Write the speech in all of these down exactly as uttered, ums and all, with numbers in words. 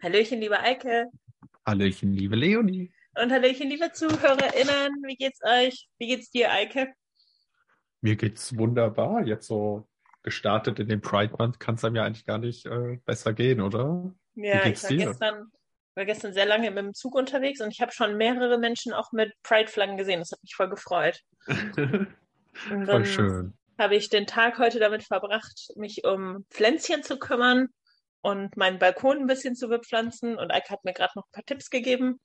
Hallöchen, liebe Eike. Hallöchen, liebe Leonie. Und Hallöchen, liebe ZuhörerInnen. Wie geht's euch? Wie geht's dir, Eike? Mir geht's wunderbar. Jetzt so gestartet in den Pride Month kann es einem ja eigentlich gar nicht äh, besser gehen, oder? Wie Ja, ich geht's war dir? gestern, war gestern sehr lange mit dem Zug unterwegs und ich habe schon mehrere Menschen auch mit Pride-Flaggen gesehen. Das hat mich voll gefreut. Und Voll dann schön. habe ich den Tag heute damit verbracht, mich um Pflänzchen zu kümmern und meinen Balkon ein bisschen zu bepflanzen. Und Eike hat mir gerade noch ein paar Tipps gegeben.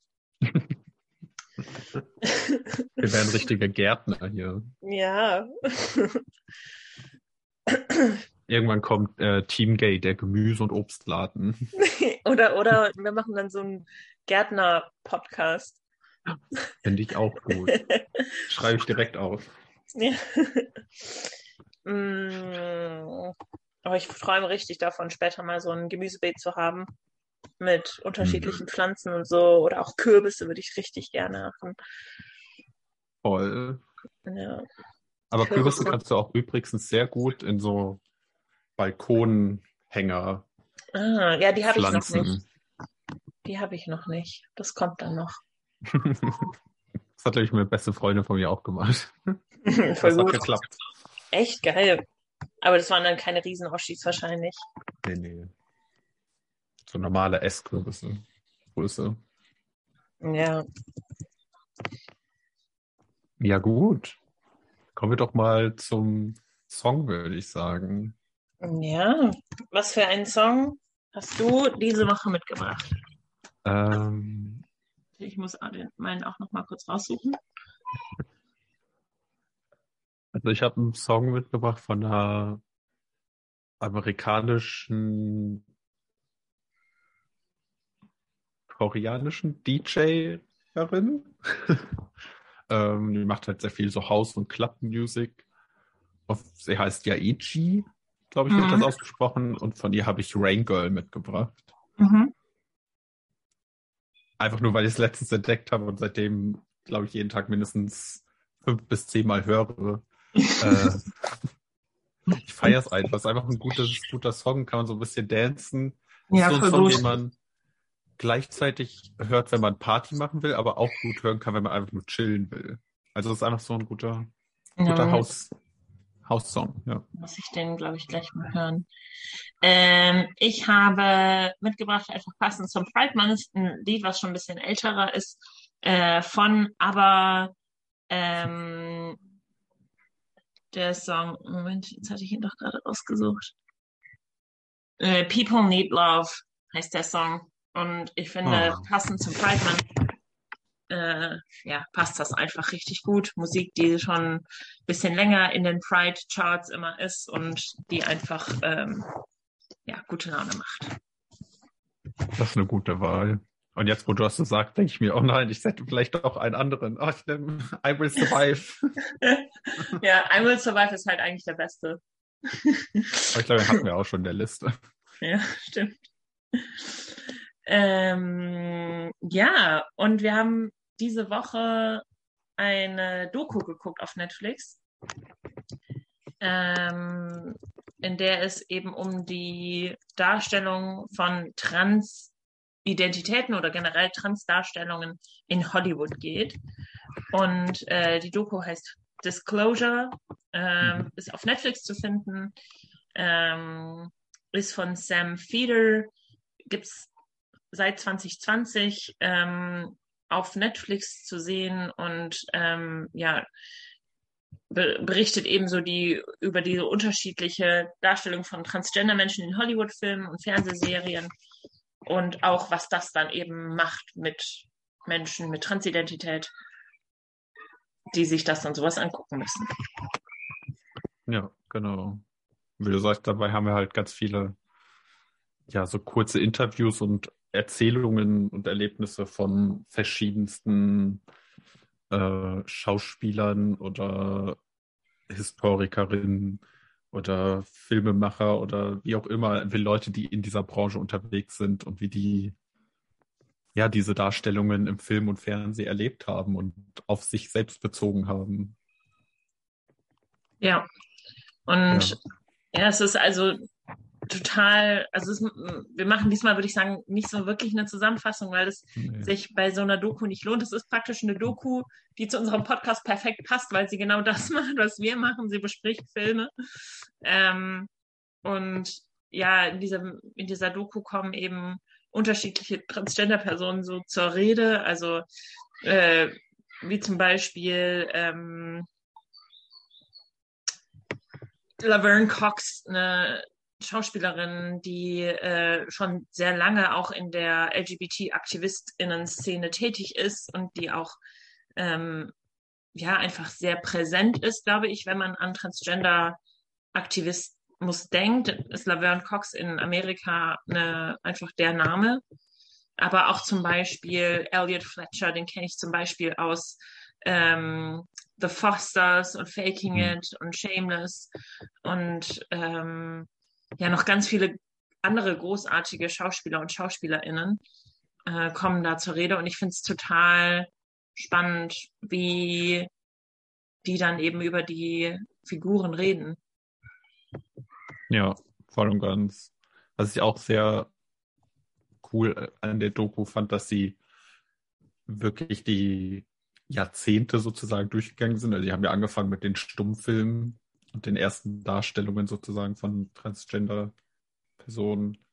Wir wären richtige Gärtner hier. Ja. Irgendwann kommt äh, Team Gay, der Gemüse- und Obstladen. Oder, oder wir machen dann so einen Gärtner-Podcast. Finde ich auch gut. Schreibe ich direkt auf. Ja. Mm, Aber ich träume richtig davon, später mal so ein Gemüsebeet zu haben mit unterschiedlichen Hm, Pflanzen und so. Oder auch Kürbisse würde ich richtig gerne machen. voll. Ja, Aber Kürbisse Kürbisse. kannst du auch übrigens sehr gut in so Balkonhänger Ah, ja, die habe ich noch nicht. pflanzen. Die habe ich noch nicht. Das kommt dann noch. Das hat, glaube ich, meine beste Freundin von mir auch gemacht. Voll Das hat gut. geklappt. Echt geil. Aber das waren dann keine Riesen-Oschis wahrscheinlich. Nee, nee. So normale Esskürbisse. Größe. Ja. Ja, gut. Kommen wir doch mal zum Song, würde ich sagen. Ja. Was für einen Song hast du diese Woche mitgebracht? Ähm, Ich muss den- meinen auch noch mal kurz raussuchen. also ich habe einen Song mitgebracht von einer amerikanischen, koreanischen DJerin. ähm, die macht halt sehr viel so House- und Club-Music. Auf- Sie heißt Yaeji, glaube ich, wird das Mhm. ausgesprochen. Und von ihr habe ich Rain Girl mitgebracht. Mhm. Einfach nur, weil ich es letztens entdeckt habe und seitdem, glaube ich, jeden Tag mindestens fünf bis zehn Mal höre. Äh, ich feiere es einfach. Es ist einfach ein gutes, guter Song, kann man so ein bisschen dancen. Es ist Ja, so ein voll Song, gut. den man gleichzeitig hört, wenn man Party machen will, aber auch gut hören kann, wenn man einfach nur chillen will. Also es ist einfach so ein guter, Ja, guter dann Haus, Haussong, ja. muss ich den, glaube ich, gleich mal hören. Ähm, ich habe mitgebracht, einfach passend zum Pride Month, ein Lied, was schon ein bisschen älterer ist, äh, von aber ähm, der Song, Moment, jetzt hatte ich ihn doch gerade rausgesucht. Äh, People Need Love heißt der Song. Und ich finde, Ah, passend zum Pride Month, äh, ja, passt das einfach richtig gut. Musik, die schon ein bisschen länger in den Pride Charts immer ist und die einfach, ähm, ja, gute Laune macht. das ist eine gute Wahl. Und jetzt, wo du das so sagst, denke ich mir, oh nein, ich hätte vielleicht doch einen anderen. Oh, ich nehme I Will Survive. Ja, I Will Survive ist halt eigentlich der Beste. Aber ich glaube, den hatten wir auch schon in der Liste. Ja, stimmt. Ähm, ja, und wir haben diese Woche eine Doku geguckt auf Netflix, ähm, in der es eben um die Darstellung von Transidentitäten oder generell Transdarstellungen in Hollywood geht. Und äh, die Doku heißt Disclosure, ähm, Mhm. ist auf Netflix zu finden, ähm, ist von Sam Feder, gibt's seit zwanzig zwanzig ähm, auf Netflix zu sehen und ähm, ja, be berichtet ebenso die über diese unterschiedliche Darstellung von Transgender-Menschen in Hollywood-Filmen und Fernsehserien und auch, was das dann eben macht mit Menschen mit Transidentität, die sich das dann sowas angucken müssen. Ja, genau. Wie du sagst, dabei haben wir halt ganz viele, ja, so kurze Interviews und Erzählungen und Erlebnisse von verschiedensten äh, Schauspielern oder Historikerinnen oder Filmemacher oder wie auch immer, wie Leute, die in dieser Branche unterwegs sind und wie die ja diese Darstellungen im Film und Fernsehen erlebt haben und auf sich selbst bezogen haben. Ja, Ja. und ja, es ist also total, also es, wir machen diesmal, würde ich sagen, nicht so wirklich eine Zusammenfassung, weil es Nee. sich bei so einer Doku nicht lohnt. Es ist praktisch eine Doku, die zu unserem Podcast perfekt passt, weil sie genau das macht, was wir machen. Sie bespricht Filme. Ähm, und ja, in dieser, in dieser Doku kommen eben unterschiedliche Transgender-Personen so zur Rede. Also äh, wie zum Beispiel ähm, Laverne Cox, eine Schauspielerin, die äh, schon sehr lange auch in der L G B T-AktivistInnen-Szene tätig ist und die auch ähm, ja einfach sehr präsent ist, glaube ich, wenn man an Transgender-Aktivismus denkt, ist Laverne Cox in Amerika eine, einfach der Name. Aber auch zum Beispiel Elliot Fletcher, den kenne ich zum Beispiel aus ähm, The Fosters und Faking Hm. It und Shameless und ähm, ja noch ganz viele andere großartige Schauspieler und Schauspielerinnen äh, kommen da zur Rede und ich finde es total spannend, wie die dann eben über die Figuren reden. Ja, voll und ganz. Was ich auch sehr cool an der Doku fand, dass sie wirklich die Jahrzehnte sozusagen durchgegangen sind. Also die haben ja angefangen mit den Stummfilmen und den ersten Darstellungen sozusagen von Transgender-Personen.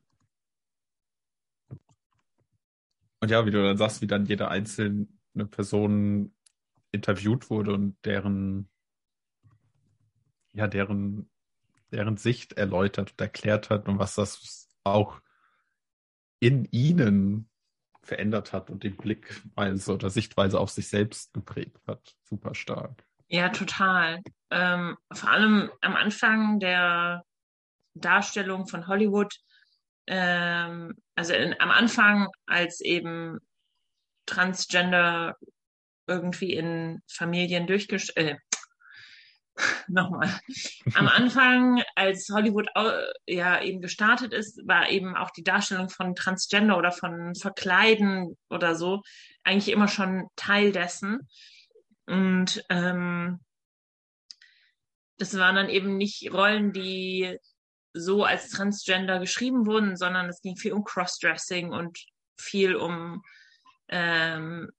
Und ja, wie du dann sagst, wie dann jede einzelne Person interviewt wurde und deren, ja, deren, deren Sicht erläutert und erklärt hat und was das auch in ihnen verändert hat und die Blickweise oder Sichtweise auf sich selbst geprägt hat. Super stark. Ja, total. Ähm, vor allem am Anfang der Darstellung von Hollywood, ähm, also in, am Anfang, als eben Transgender irgendwie in Familien durchgesch... Äh, nochmal. Am Anfang, als Hollywood ja eben gestartet ist, war eben auch die Darstellung von Transgender oder von Verkleiden oder so eigentlich immer schon Teil dessen. Und ähm, das waren dann eben nicht Rollen, die so als Transgender geschrieben wurden, sondern es ging viel um Crossdressing und viel um ähm,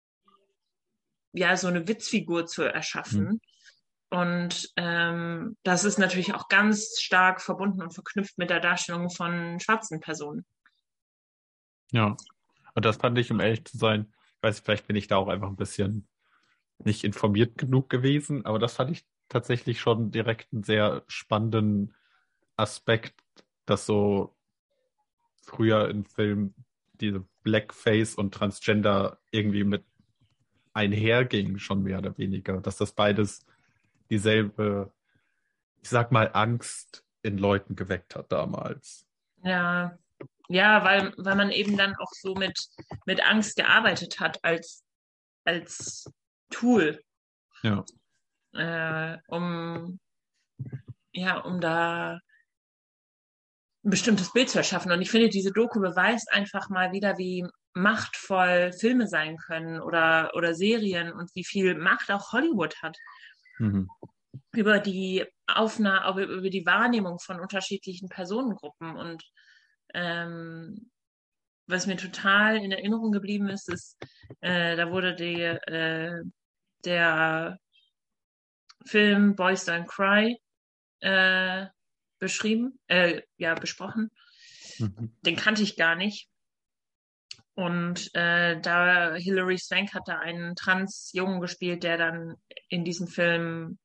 ja so eine Witzfigur zu erschaffen. Hm. Und ähm, das ist natürlich auch ganz stark verbunden und verknüpft mit der Darstellung von schwarzen Personen. Ja, und das fand ich, um ehrlich zu sein, ich weiß, vielleicht bin ich da auch einfach ein bisschen nicht informiert genug gewesen, aber das fand ich tatsächlich schon direkt einen sehr spannenden Aspekt, dass so früher in Filmen diese Blackface und Transgender irgendwie mit einhergingen, schon mehr oder weniger, dass das beides dieselbe, ich sag mal, Angst in Leuten geweckt hat damals. Ja, ja, weil, weil man eben dann auch so mit, mit Angst gearbeitet hat als, als Tool, Ja, äh, um, ja, um da ein bestimmtes Bild zu erschaffen. Und ich finde, diese Doku beweist einfach mal wieder, wie machtvoll Filme sein können oder, oder Serien und wie viel Macht auch Hollywood hat mhm. über die Aufnahme, über die Wahrnehmung von unterschiedlichen Personengruppen. Und ähm, was mir total in Erinnerung geblieben ist, ist, äh, da wurde die, äh, der Film Boys Don't Cry äh, beschrieben, äh, ja, besprochen. Mhm. Den kannte ich gar nicht. Und äh, da Hilary Swank hat da einen Trans-Jungen gespielt, der dann in diesem Film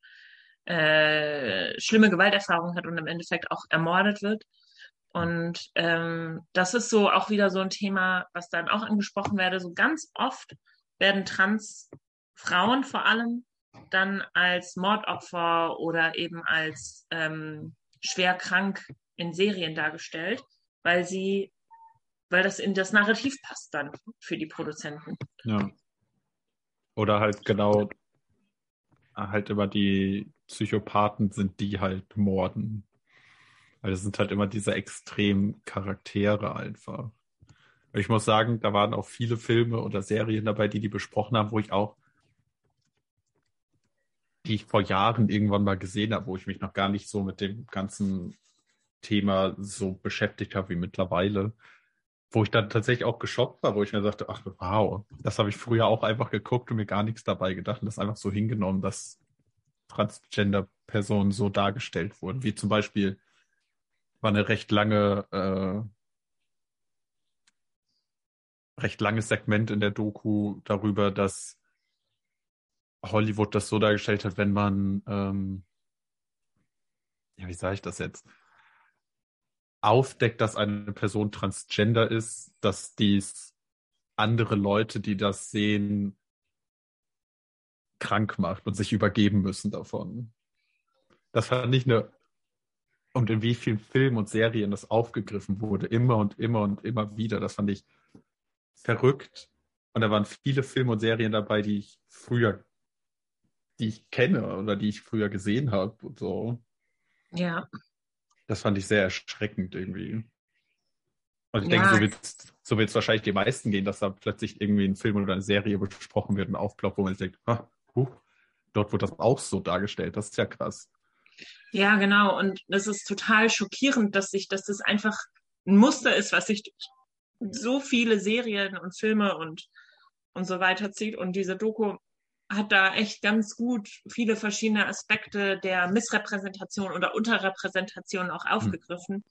äh, schlimme Gewalterfahrungen hat und im Endeffekt auch ermordet wird. Und ähm, das ist so auch wieder so ein Thema, was dann auch angesprochen werde. So ganz oft werden Trans-Frauen vor allem dann als Mordopfer oder eben als ähm, schwer krank in Serien dargestellt, weil sie, weil das in das Narrativ passt dann für die Produzenten. Ja. Oder halt genau halt immer die Psychopathen sind, die halt morden. Weil das sind halt immer diese extremen Charaktere einfach. Und ich muss sagen, da waren auch viele Filme oder Serien dabei, die die besprochen haben, wo ich auch, die ich vor Jahren irgendwann mal gesehen habe, wo ich mich noch gar nicht so mit dem ganzen Thema so beschäftigt habe wie mittlerweile. Wo ich dann tatsächlich auch geschockt war, wo ich mir dachte, ach wow, das habe ich früher auch einfach geguckt und mir gar nichts dabei gedacht und das einfach so hingenommen, dass Transgender-Personen so dargestellt wurden. Wie zum Beispiel war eine recht lange, äh, recht langes Segment in der Doku darüber, dass Hollywood das so dargestellt hat, wenn man, ähm, ja, wie sage ich das jetzt, aufdeckt, dass eine Person transgender ist, dass dies andere Leute, die das sehen, krank macht und sich übergeben müssen davon. Das fand ich eine, und in wie vielen Filmen und Serien das aufgegriffen wurde, immer und immer und immer wieder, das fand ich verrückt. Und da waren viele Filme und Serien dabei, die ich früher, die ich kenne oder die ich früher gesehen habe und so. Ja, Das fand ich sehr erschreckend irgendwie. Und ich denke, ja, so wird es so wird's wahrscheinlich die meisten gehen, dass da plötzlich irgendwie ein Film oder eine Serie besprochen wird und aufploppt, wo man sich denkt, ah, huh, dort wird das auch so dargestellt. Das ist ja krass. ja, genau. Und das ist total schockierend, dass sich, dass das einfach ein Muster ist, was sich so viele Serien und Filme und, und so weiter zieht. Und diese Doku hat da echt ganz gut viele verschiedene Aspekte der Missrepräsentation oder Unterrepräsentation auch Hm. aufgegriffen.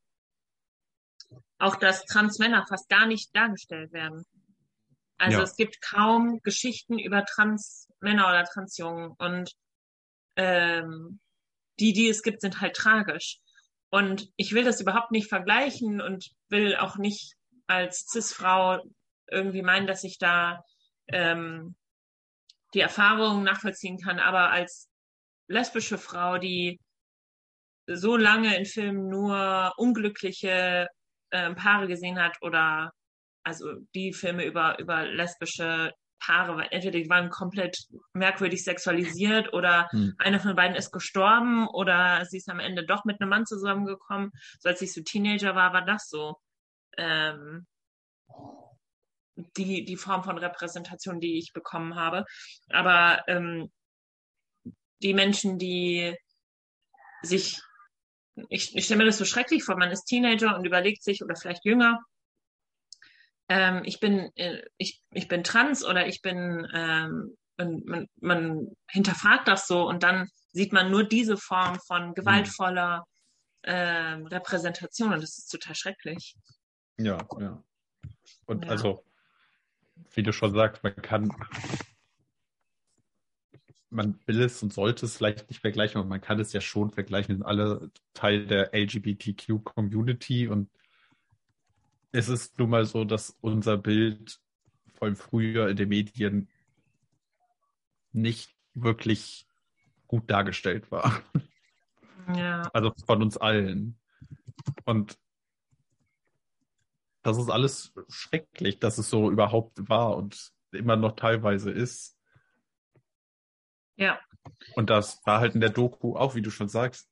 Auch, dass Transmänner fast gar nicht dargestellt werden. Also Ja, es gibt kaum Geschichten über Transmänner oder Transjungen und ähm, die, die es gibt, sind halt tragisch. Und ich will das überhaupt nicht vergleichen und will auch nicht als Cis-Frau irgendwie meinen, dass ich da ähm, die Erfahrung nachvollziehen kann, aber als lesbische Frau, die so lange in Filmen nur unglückliche äh, Paare gesehen hat oder also die Filme über, über lesbische Paare, weil entweder die waren komplett merkwürdig sexualisiert oder hm. einer von beiden ist gestorben oder sie ist am Ende doch mit einem Mann zusammengekommen. So als ich so Teenager war, war das so ähm, die, die Form von Repräsentation, die ich bekommen habe. Aber ähm, die Menschen, die sich, ich, ich stelle mir das so schrecklich vor, man ist Teenager und überlegt sich oder vielleicht jünger, ähm, ich bin, äh, ich, ich bin trans oder ich bin, ähm, man, man, man hinterfragt das so und dann sieht man nur diese Form von Hm. gewaltvoller ähm, Repräsentation und das ist total schrecklich. Ja, ja. Und Ja, also, wie du schon sagst, man kann, man will es und sollte es vielleicht nicht vergleichen, aber man kann es ja schon vergleichen. Wir sind alle Teil der L G B T Q-Community und es ist nun mal so, dass unser Bild vor allem früher in den Medien nicht wirklich gut dargestellt war. ja, Also von uns allen. Und das ist alles schrecklich, dass es so überhaupt war und immer noch teilweise ist. ja, Und das war halt in der Doku auch, wie du schon sagst.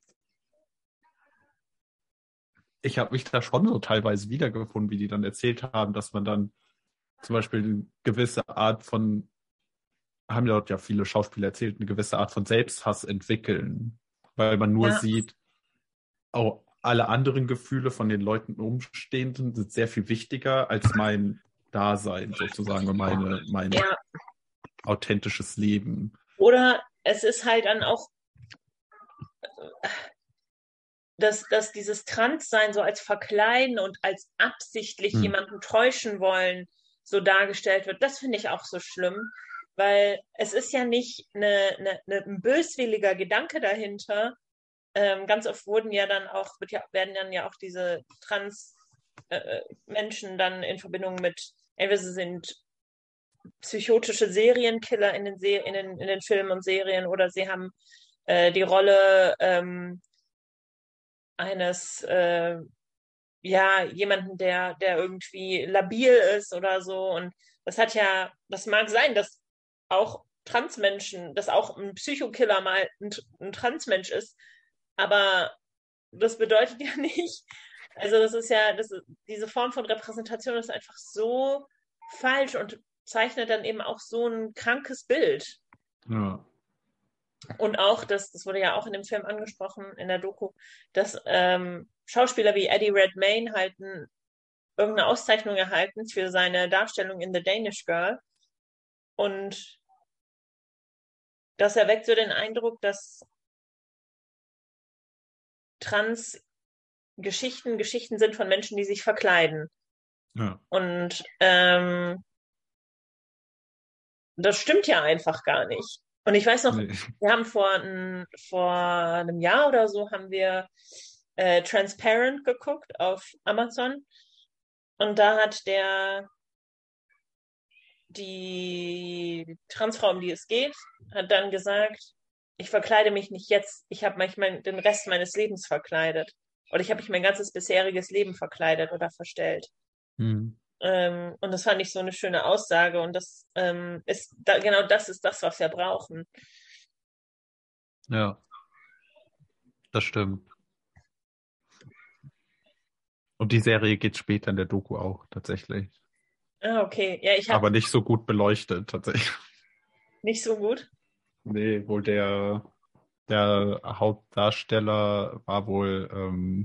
Ich habe mich da schon so teilweise wiedergefunden, wie die dann erzählt haben, dass man dann zum Beispiel eine gewisse Art von, haben ja dort ja viele Schauspieler erzählt, eine gewisse Art von Selbsthass entwickeln, weil man nur ja, sieht, oh, alle anderen Gefühle von den Leuten Umstehenden sind sehr viel wichtiger als mein Dasein sozusagen und meine, mein ja. authentisches Leben. Oder es ist halt dann auch, dass, dass dieses Transsein so als Verkleiden und als absichtlich Hm. jemanden täuschen wollen so dargestellt wird, das finde ich auch so schlimm, weil es ist ja nicht eine, eine, eine, ein böswilliger Gedanke dahinter. Ähm, ganz oft wurden ja dann auch, wird ja, werden dann ja auch diese Trans-Menschen äh, dann in Verbindung mit, entweder sie sind psychotische Serienkiller in den, Se in den, in den Filmen und Serien oder sie haben äh, die Rolle ähm, eines äh, ja, jemanden, der, der irgendwie labil ist oder so. Und das hat ja, das mag sein, dass auch Transmenschen, dass auch ein Psychokiller mal ein, ein Transmensch ist, aber das bedeutet ja nicht, also das ist ja, das ist, diese Form von Repräsentation ist einfach so falsch und zeichnet dann eben auch so ein krankes Bild. Ja. Und auch, das, das wurde ja auch in dem Film angesprochen, in der Doku, dass ähm, Schauspieler wie Eddie Redmayne halt ein, irgendeine Auszeichnung erhalten für seine Darstellung in The Danish Girl. Und das erweckt so den Eindruck, dass Trans-Geschichten Geschichten sind von Menschen, die sich verkleiden. Ja. Und ähm, das stimmt ja einfach gar nicht. Und ich weiß noch, Nee. wir haben vor, ein, vor einem Jahr oder so haben wir äh, Transparent geguckt auf Amazon. Und da hat der die Transfrau, um die es geht, hat dann gesagt, ich verkleide mich nicht jetzt, ich habe mich mein, den Rest meines Lebens verkleidet. Oder ich habe mich mein ganzes bisheriges Leben verkleidet oder verstellt. Hm. Ähm, und das fand ich so eine schöne Aussage. Und das ähm, ist da, genau das ist das, was wir brauchen. Ja, das stimmt. Und die Serie geht später in der Doku auch tatsächlich. Ah, okay. Ja, ich habe Aber nicht so gut beleuchtet tatsächlich. nicht so gut. Nee, wohl der, der Hauptdarsteller war wohl ähm,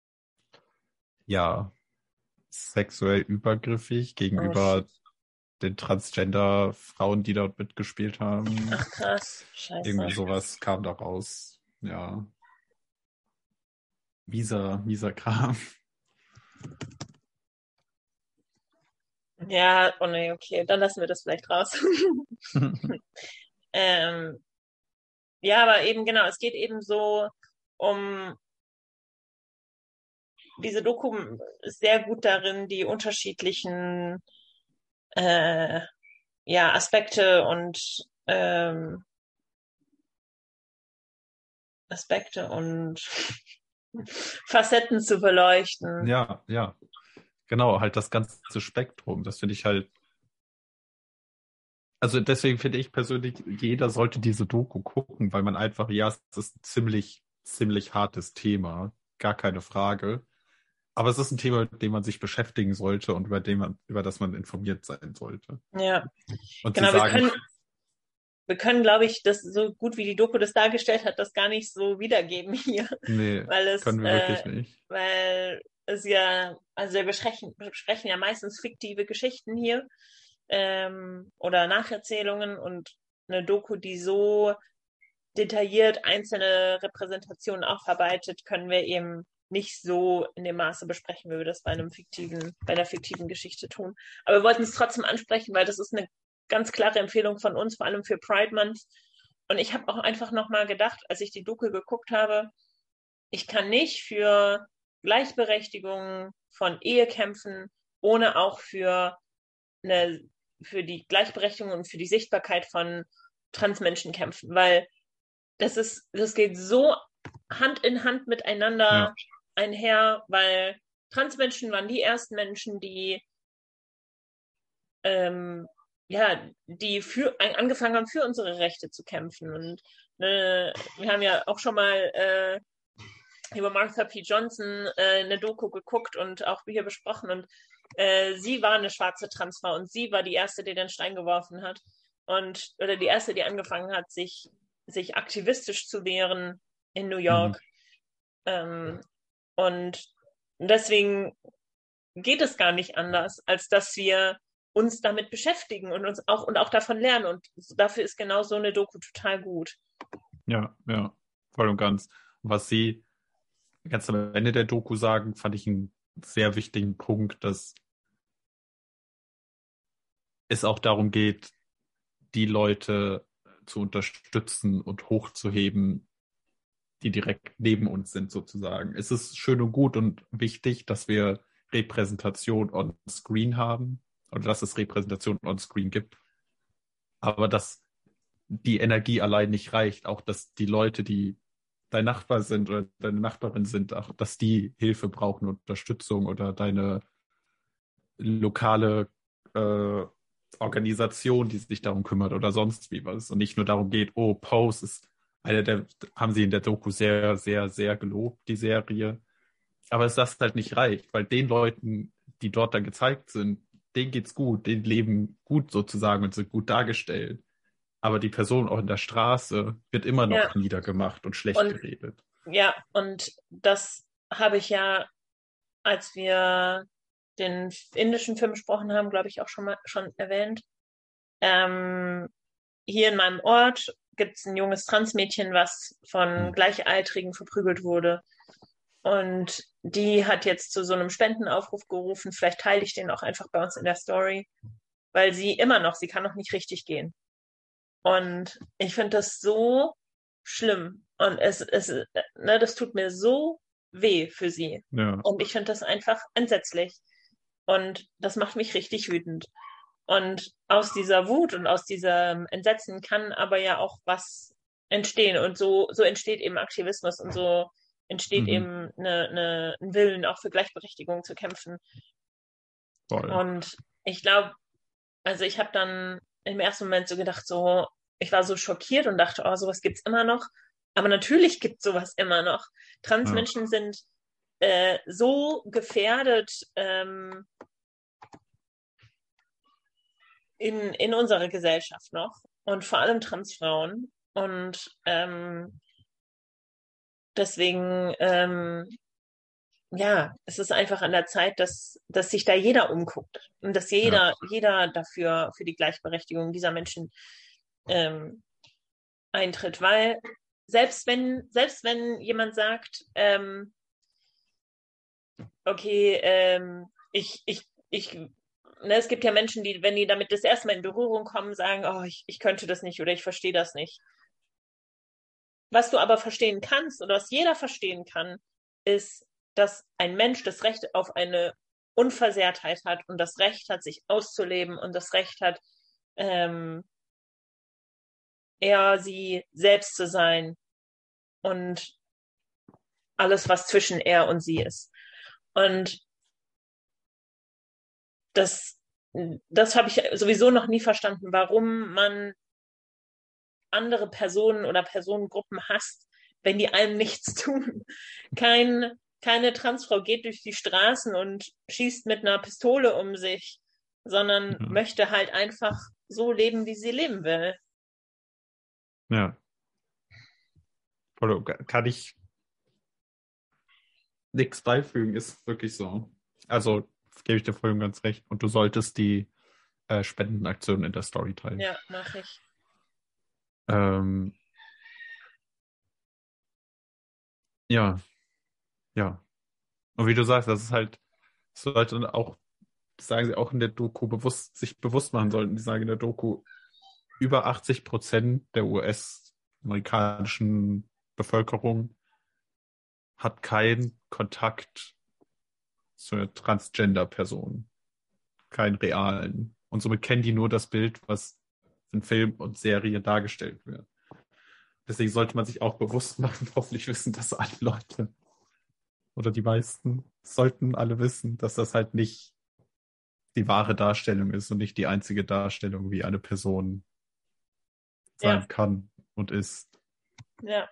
ja sexuell übergriffig Oh, gegenüber den Transgender-Frauen, die dort mitgespielt haben. ach krass, scheiße. Irgendwie sowas kam da raus. Ja. Mieser, mieser Kram. Ja, oh nee, okay, dann lassen wir das vielleicht raus. ähm, ja, aber eben genau, es geht eben so um diese Doku ist sehr gut darin, die unterschiedlichen äh, ja, Aspekte und ähm, Aspekte und Facetten zu beleuchten. Ja, ja. Genau, halt das ganze Spektrum. Das finde ich halt. Also deswegen finde ich persönlich, jeder sollte diese Doku gucken, weil man einfach, ja, es ist ein ziemlich, ziemlich hartes Thema, gar keine Frage. Aber es ist ein Thema, mit dem man sich beschäftigen sollte und über dem man, über das man informiert sein sollte. Ja, Und sie genau, wir sagen, können, wir können, glaube ich, das so gut wie die Doku das dargestellt hat, das gar nicht so wiedergeben hier, nee, weil es, können wir äh, wirklich nicht. weil es ja, also wir besprechen, besprechen ja meistens fiktive Geschichten hier ähm, oder Nacherzählungen und eine Doku, die so detailliert einzelne Repräsentationen aufarbeitet, können wir eben nicht so in dem Maße besprechen, wie wir das bei einem fiktiven, bei einer fiktiven Geschichte tun. Aber wir wollten es trotzdem ansprechen, weil das ist eine ganz klare Empfehlung von uns, vor allem für Pride Month. Und ich habe auch einfach nochmal gedacht, als ich die Doku geguckt habe, ich kann nicht für Gleichberechtigung von Ehe kämpfen, ohne auch für eine, für die Gleichberechtigung und für die Sichtbarkeit von Transmenschen kämpfen, weil das ist, das geht so Hand in Hand miteinander Ja. einher, weil Transmenschen waren die ersten Menschen, die ähm, ja, die für, angefangen haben, für unsere Rechte zu kämpfen. Und äh, wir haben ja auch schon mal äh, über Martha P. Johnson äh, eine Doku geguckt und auch hier besprochen. Und äh, sie war eine schwarze Transfrau und sie war die erste, die den Stein geworfen hat. Und, oder die erste, die angefangen hat, sich, sich aktivistisch zu wehren in New York. Mhm. Ähm, und deswegen geht es gar nicht anders, als dass wir uns damit beschäftigen und uns auch und auch davon lernen. Und dafür ist genau so eine Doku total gut. Ja, ja, voll und ganz. Und was sie ganz am Ende der Doku sagen, fand ich einen sehr wichtigen Punkt, dass es auch darum geht, die Leute zu unterstützen und hochzuheben, die direkt neben uns sind, sozusagen. Es ist schön und gut und wichtig, dass wir Repräsentation on Screen haben oder dass es Repräsentation on Screen gibt. Aber dass die Energie allein nicht reicht, auch dass die Leute, die dein Nachbar sind oder deine Nachbarin sind, auch dass die Hilfe brauchen, Unterstützung oder deine lokale äh, Organisation, die sich darum kümmert oder sonst wie was und nicht nur darum geht, oh, Pose ist eine der, haben sie in der Doku sehr, sehr, sehr gelobt, die Serie. Aber es das halt nicht reicht, weil den Leuten, die dort dann gezeigt sind, denen geht's gut, denen leben gut sozusagen und sind gut dargestellt. Aber die Person auch in der Straße wird immer noch Ja. niedergemacht und schlecht und, geredet. Ja, und das habe ich ja, als wir den indischen Film besprochen haben, glaube ich, auch schon mal schon erwähnt. Ähm, hier in meinem Ort gibt es ein junges Transmädchen, was von Hm. Gleichaltrigen verprügelt wurde. Und die hat jetzt zu so einem Spendenaufruf gerufen. Vielleicht teile ich den auch einfach bei uns in der Story, weil sie immer noch, sie kann noch nicht richtig gehen. Und ich finde das so schlimm. Und es, es, ne, das tut mir so weh für sie. Ja, Und ich finde das einfach entsetzlich. Und das macht mich richtig wütend. Und aus dieser Wut und aus diesem Entsetzen kann aber ja auch was entstehen. Und so, so entsteht eben Aktivismus und so entsteht mhm. eben eine, eine, ein Willen, auch für Gleichberechtigung zu kämpfen. Voll. Und ich glaube, also ich habe dann im ersten Moment so gedacht, so, ich war so schockiert und dachte, oh, sowas gibt's immer noch. Aber natürlich gibt's sowas immer noch. Ja, Transmenschen sind äh, so gefährdet ähm, in, in unserer Gesellschaft noch und vor allem Transfrauen. Und ähm, deswegen, ähm, ja, es ist einfach an der Zeit, dass, dass sich da jeder umguckt und dass ja, jeder, jeder dafür, für die Gleichberechtigung dieser Menschen ähm, eintritt. Weil selbst wenn, selbst wenn jemand sagt, ähm, okay, ähm, ich, ich, ich, ne, es gibt ja Menschen, die, wenn die damit das erste Mal in Berührung kommen, sagen, oh, ich, ich könnte das nicht oder ich verstehe das nicht. Was du aber verstehen kannst oder was jeder verstehen kann, ist, dass ein Mensch das Recht auf eine Unversehrtheit hat und das Recht hat, sich auszuleben und das Recht hat, ähm, er, sie selbst zu sein und alles, was zwischen er und sie ist. Und das, das habe ich sowieso noch nie verstanden, warum man andere Personen oder Personengruppen hasst, wenn die einem nichts tun. Kein, keine Transfrau geht durch die Straßen und schießt mit einer Pistole um sich, sondern ja, möchte halt einfach so leben, wie sie leben will. ja. Voll, kann ich nichts beifügen, ist wirklich so. Also gebe ich dir voll und ganz recht. Und du solltest die äh, Spendenaktion in der Story teilen. Ja, mache ich. Ähm, ja, ja. Und wie du sagst, das ist halt, das sollte auch, das sagen sie auch in der Doku, bewusst, sich bewusst machen sollten. Die sagen in der Doku, über achtzig Prozent der U S-amerikanischen Bevölkerung hat keinen Kontakt zu einer Transgender-Person. Keinen realen. Und somit kennen die nur das Bild, was in Film und Serie dargestellt wird. Deswegen sollte man sich auch bewusst machen, hoffentlich wissen das alle Leute oder die meisten sollten alle wissen, dass das halt nicht die wahre Darstellung ist und nicht die einzige Darstellung, wie eine Person sein Ja, kann und ist. ja.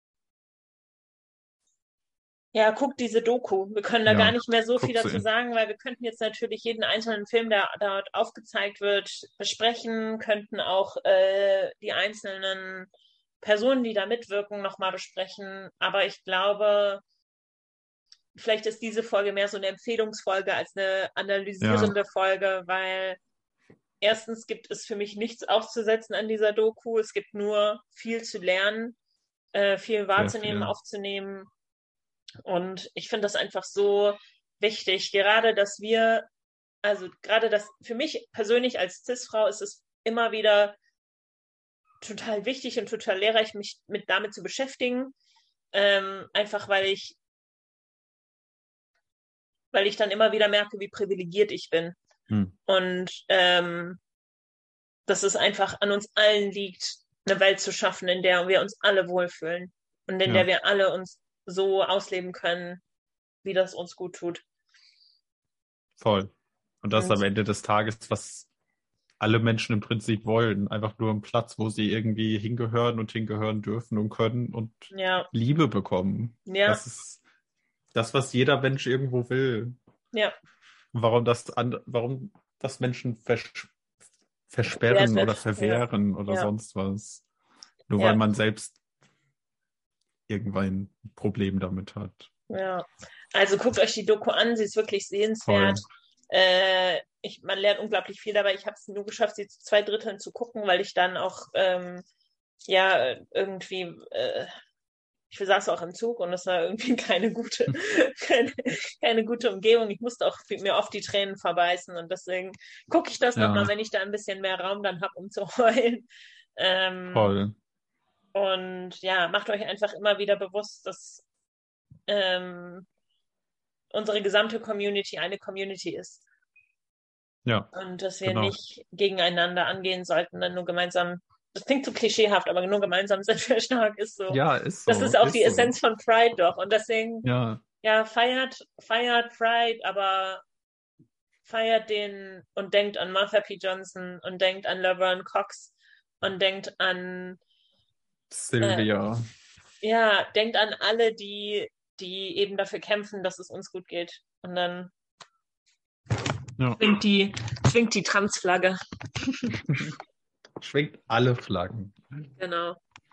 Ja, guck diese Doku. Wir können da gar Ja, nicht mehr so viel guck dazu sie. sagen, weil wir könnten jetzt natürlich jeden einzelnen Film, der dort aufgezeigt wird, besprechen, könnten auch äh, die einzelnen Personen, die da mitwirken, nochmal besprechen. Aber ich glaube, vielleicht ist diese Folge mehr so eine Empfehlungsfolge als eine Ja, analysierende Folge, weil erstens gibt es für mich nichts auszusetzen an dieser Doku. Es gibt nur viel zu lernen, äh, viel sehr wahrzunehmen, viel. aufzunehmen. Und ich finde das einfach so wichtig, gerade dass wir, also gerade das, für mich persönlich als Cis-Frau ist es immer wieder total wichtig und total lehrreich, mich mit damit zu beschäftigen. Ähm, einfach weil ich, weil ich dann immer wieder merke, wie privilegiert ich bin. Hm. Und ähm, dass es einfach an uns allen liegt, eine Welt zu schaffen, in der wir uns alle wohlfühlen und in der Ja, wir alle uns so ausleben können, wie das uns gut tut. voll. Und das ist am Und Ende des Tages, was alle Menschen im Prinzip wollen. Einfach nur einen Platz, wo sie irgendwie hingehören und hingehören dürfen und können und ja, Liebe bekommen. ja, Das ist das, was jeder Mensch irgendwo will. ja, Warum das, an, warum das Menschen vers wert versperren oder wird. Ja, verwehren oder ja, sonst was. Nur weil ja, man selbst irgendwann ein Problem damit hat. Ja, also guckt euch die Doku an, sie ist wirklich sehenswert. Äh, ich, man lernt unglaublich viel dabei. Ich habe es nur geschafft, sie zu zwei Dritteln zu gucken, weil ich dann auch ähm, ja irgendwie äh, ich saß auch im Zug und es war irgendwie keine gute, keine, keine gute Umgebung. Ich musste auch mir oft die Tränen verbeißen und deswegen gucke ich das Ja. nochmal, wenn ich da ein bisschen mehr Raum dann habe, um zu heulen. Ähm, Voll. Und ja, macht euch einfach immer wieder bewusst, dass ähm, unsere gesamte Community eine Community ist. Ja. Und dass wir Genau. nicht gegeneinander angehen sollten, dann nur gemeinsam. Das klingt so klischeehaft, aber nur gemeinsam sind wir stark, ist so. Ja, ist so. Das ist auch ist die so. Essenz von Pride doch. Und deswegen, Ja. ja, feiert, feiert Pride, aber feiert den und denkt an Marsha P. Johnson und denkt an Laverne Cox und denkt an Sylvia. Äh, ja, denkt an alle, die, die eben dafür kämpfen, dass es uns gut geht. Und dann Ja. schwingt die, schwingt die Transflagge. Schwingt alle Flaggen. Genau.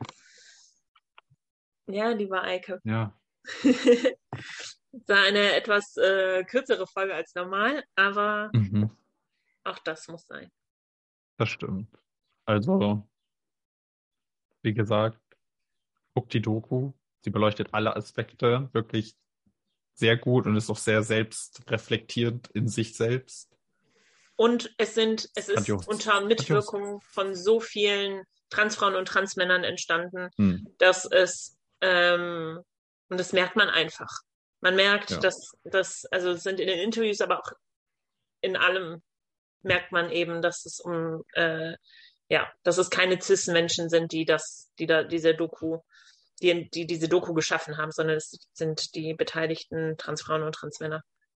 Ja, lieber Eike. Ja. Es war eine etwas äh, kürzere Folge als normal, aber Mhm. auch das muss sein. Das stimmt. Also, wie gesagt, guckt die Doku. Sie beleuchtet alle Aspekte wirklich sehr gut und ist auch sehr selbstreflektierend in sich selbst. Und es sind, es ist Grandios. unter Mitwirkung von so vielen Transfrauen und Transmännern entstanden, Hm. dass es, ähm, und das merkt man einfach. Man merkt, Ja. dass, dass, also es sind in den Interviews, aber auch in allem merkt man eben, dass es um, äh, ja, dass es keine Cis-Menschen sind, die das, die da diese Doku, die, die diese Doku geschaffen haben, sondern es sind die beteiligten Transfrauen und Transmänner.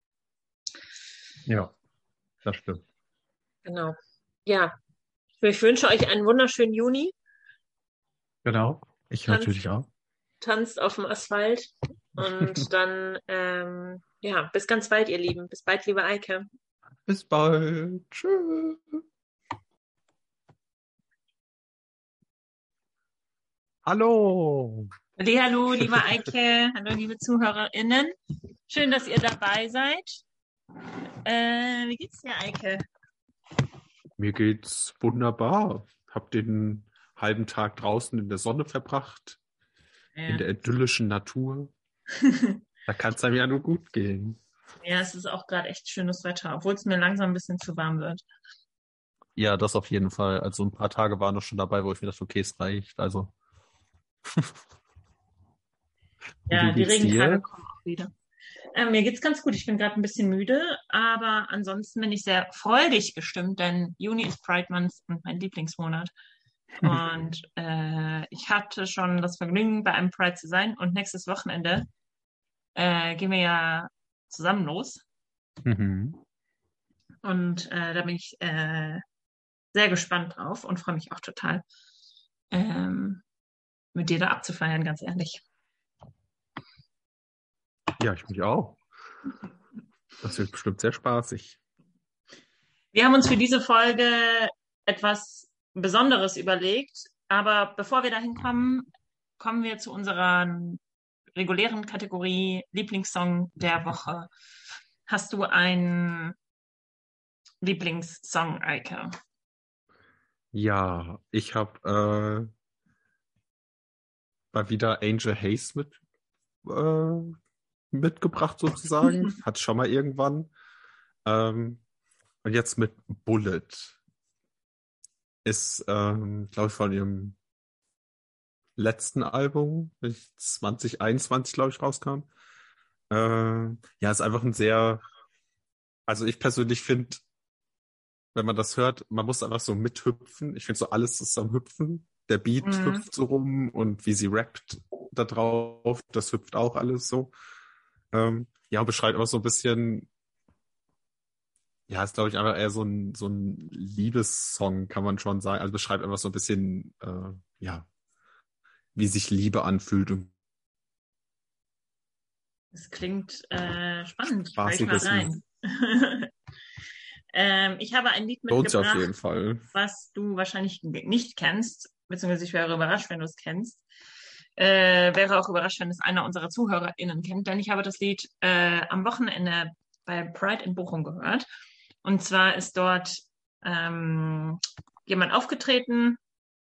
Ja, das stimmt. Genau. Ja, ich wünsche euch einen wunderschönen Juni. Genau. Ich Tanzt, natürlich auch. tanzt auf dem Asphalt. Und dann, ähm, ja, bis ganz bald, ihr Lieben. Bis bald, liebe Eike. Bis bald. Tschüss. Hallo. Hallo, liebe Eike. Hallo, liebe ZuhörerInnen. Schön, dass ihr dabei seid. Äh, wie geht's dir, Eike? Mir geht's wunderbar. Hab den halben Tag draußen in der Sonne verbracht, Ja. in der idyllischen Natur. Da kann es einem ja nur gut gehen. Ja, es ist auch gerade echt schönes Wetter, obwohl es mir langsam ein bisschen zu warm wird. Ja, das auf jeden Fall. Also ein paar Tage waren noch schon dabei, wo ich mir dachte, okay, es reicht. Also. Ja, die Wie geht's Regentage dir? kommen auch wieder. Äh, mir geht's ganz gut. Ich bin gerade ein bisschen müde, aber ansonsten bin ich sehr freudig gestimmt, denn Juni ist Pride Month und mein Lieblingsmonat. Und äh, ich hatte schon das Vergnügen, bei einem Pride zu sein. Und nächstes Wochenende äh, gehen wir ja zusammen los. Mhm. Und äh, da bin ich äh, sehr gespannt drauf und freue mich auch total, ähm, mit dir da abzufeiern, ganz ehrlich. Ja, ich mich auch. Das wird bestimmt sehr spaßig. Wir haben uns für diese Folge etwas Besonderes überlegt, aber bevor wir dahin kommen, kommen wir zu unserer regulären Kategorie Lieblingssong der Woche. Hast du einen Lieblingssong, Eike? Ja, ich habe äh, mal wieder Angel Hayes mit, äh, mitgebracht sozusagen. Hatte schon mal irgendwann. Ähm, und jetzt mit Bullet. Ist, ähm, glaube ich, von ihrem letzten Album, das zwanzig einundzwanzig, glaube ich, rauskam. Äh, ja, ist einfach ein sehr, also ich persönlich finde, wenn man das hört, man muss einfach so mithüpfen. Ich finde so alles ist am Hüpfen. Der Beat Mhm. hüpft so rum und wie sie rappt da drauf, das hüpft auch alles so. Ähm, ja, und beschreibt aber so ein bisschen, ja, ist glaube ich einfach eher so ein, so ein Liebessong, kann man schon sagen. Also beschreibt einfach so ein bisschen, äh, ja, wie sich Liebe anfühlt und Das klingt äh, spannend. Hör ich mal spaßiges rein. ähm, ich habe ein Lied lohnt sich auf mitgebracht, jeden Fall. was du wahrscheinlich nicht kennst, beziehungsweise ich wäre überrascht, wenn du es kennst. Äh, wäre auch überrascht, wenn es einer unserer ZuhörerInnen kennt, denn ich habe das Lied äh, am Wochenende bei Pride in Bochum gehört. Und zwar ist dort ähm, jemand aufgetreten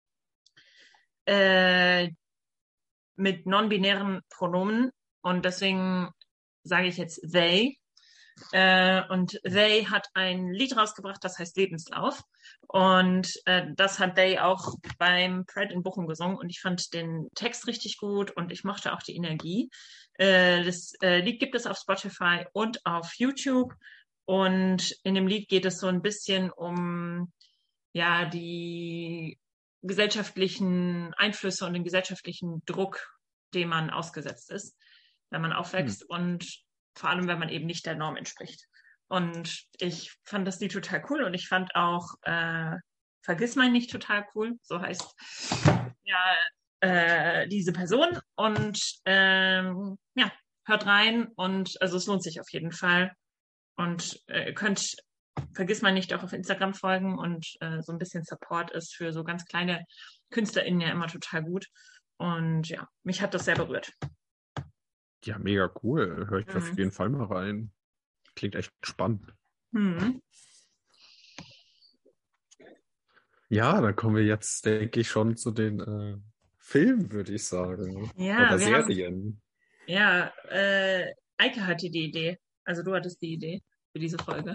äh, mit non-binären Pronomen und deswegen sage ich jetzt they. Äh, und they hat ein Lied rausgebracht, das heißt Lebenslauf. Und äh, das hat they auch beim Pride in Bochum gesungen. Und ich fand den Text richtig gut und ich mochte auch die Energie. Äh, das äh, Lied gibt es auf Spotify und auf YouTube. Und in dem Lied geht es so ein bisschen um ja die gesellschaftlichen Einflüsse und den gesellschaftlichen Druck, dem man ausgesetzt ist, wenn man aufwächst. Hm. Und vor allem, wenn man eben nicht der Norm entspricht. Und ich fand das Lied total cool und ich fand auch äh, Vergiss mein nicht total cool, so heißt ja äh, diese Person. Und ähm, ja, hört rein und also es lohnt sich auf jeden Fall. Und äh, ihr könnt Vergiss mein nicht auch auf Instagram folgen und äh, so ein bisschen Support ist für so ganz kleine KünstlerInnen ja immer total gut. Und ja, mich hat das sehr berührt. Ja, mega cool. Hör ich mhm. auf jeden Fall mal rein. Klingt echt spannend. Mhm. Ja, dann kommen wir jetzt, denke ich, schon zu den äh, Filmen, würde ich sagen. Ja, oder Serien. Haben, ja, äh, Eike hatte die Idee. Also du hattest die Idee für diese Folge.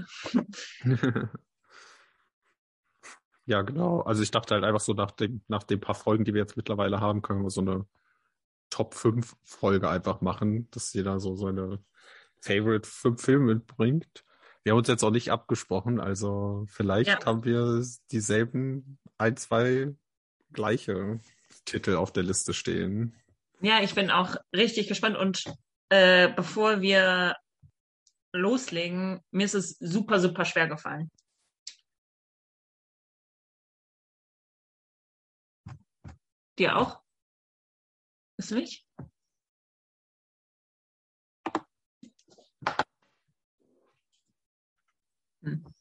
Ja, genau. Also ich dachte halt einfach so nach den, nach den paar Folgen, die wir jetzt mittlerweile haben, können wir so eine Top fünf Folge einfach machen, dass jeder so seine Favorite fünf Filme mitbringt. Wir haben uns jetzt auch nicht abgesprochen, also vielleicht ja. haben wir dieselben ein, zwei gleiche Titel auf der Liste stehen. Ja, ich bin auch richtig gespannt und äh, bevor wir loslegen, mir ist es super, super schwer gefallen. Dir auch? Ist mich? Hm.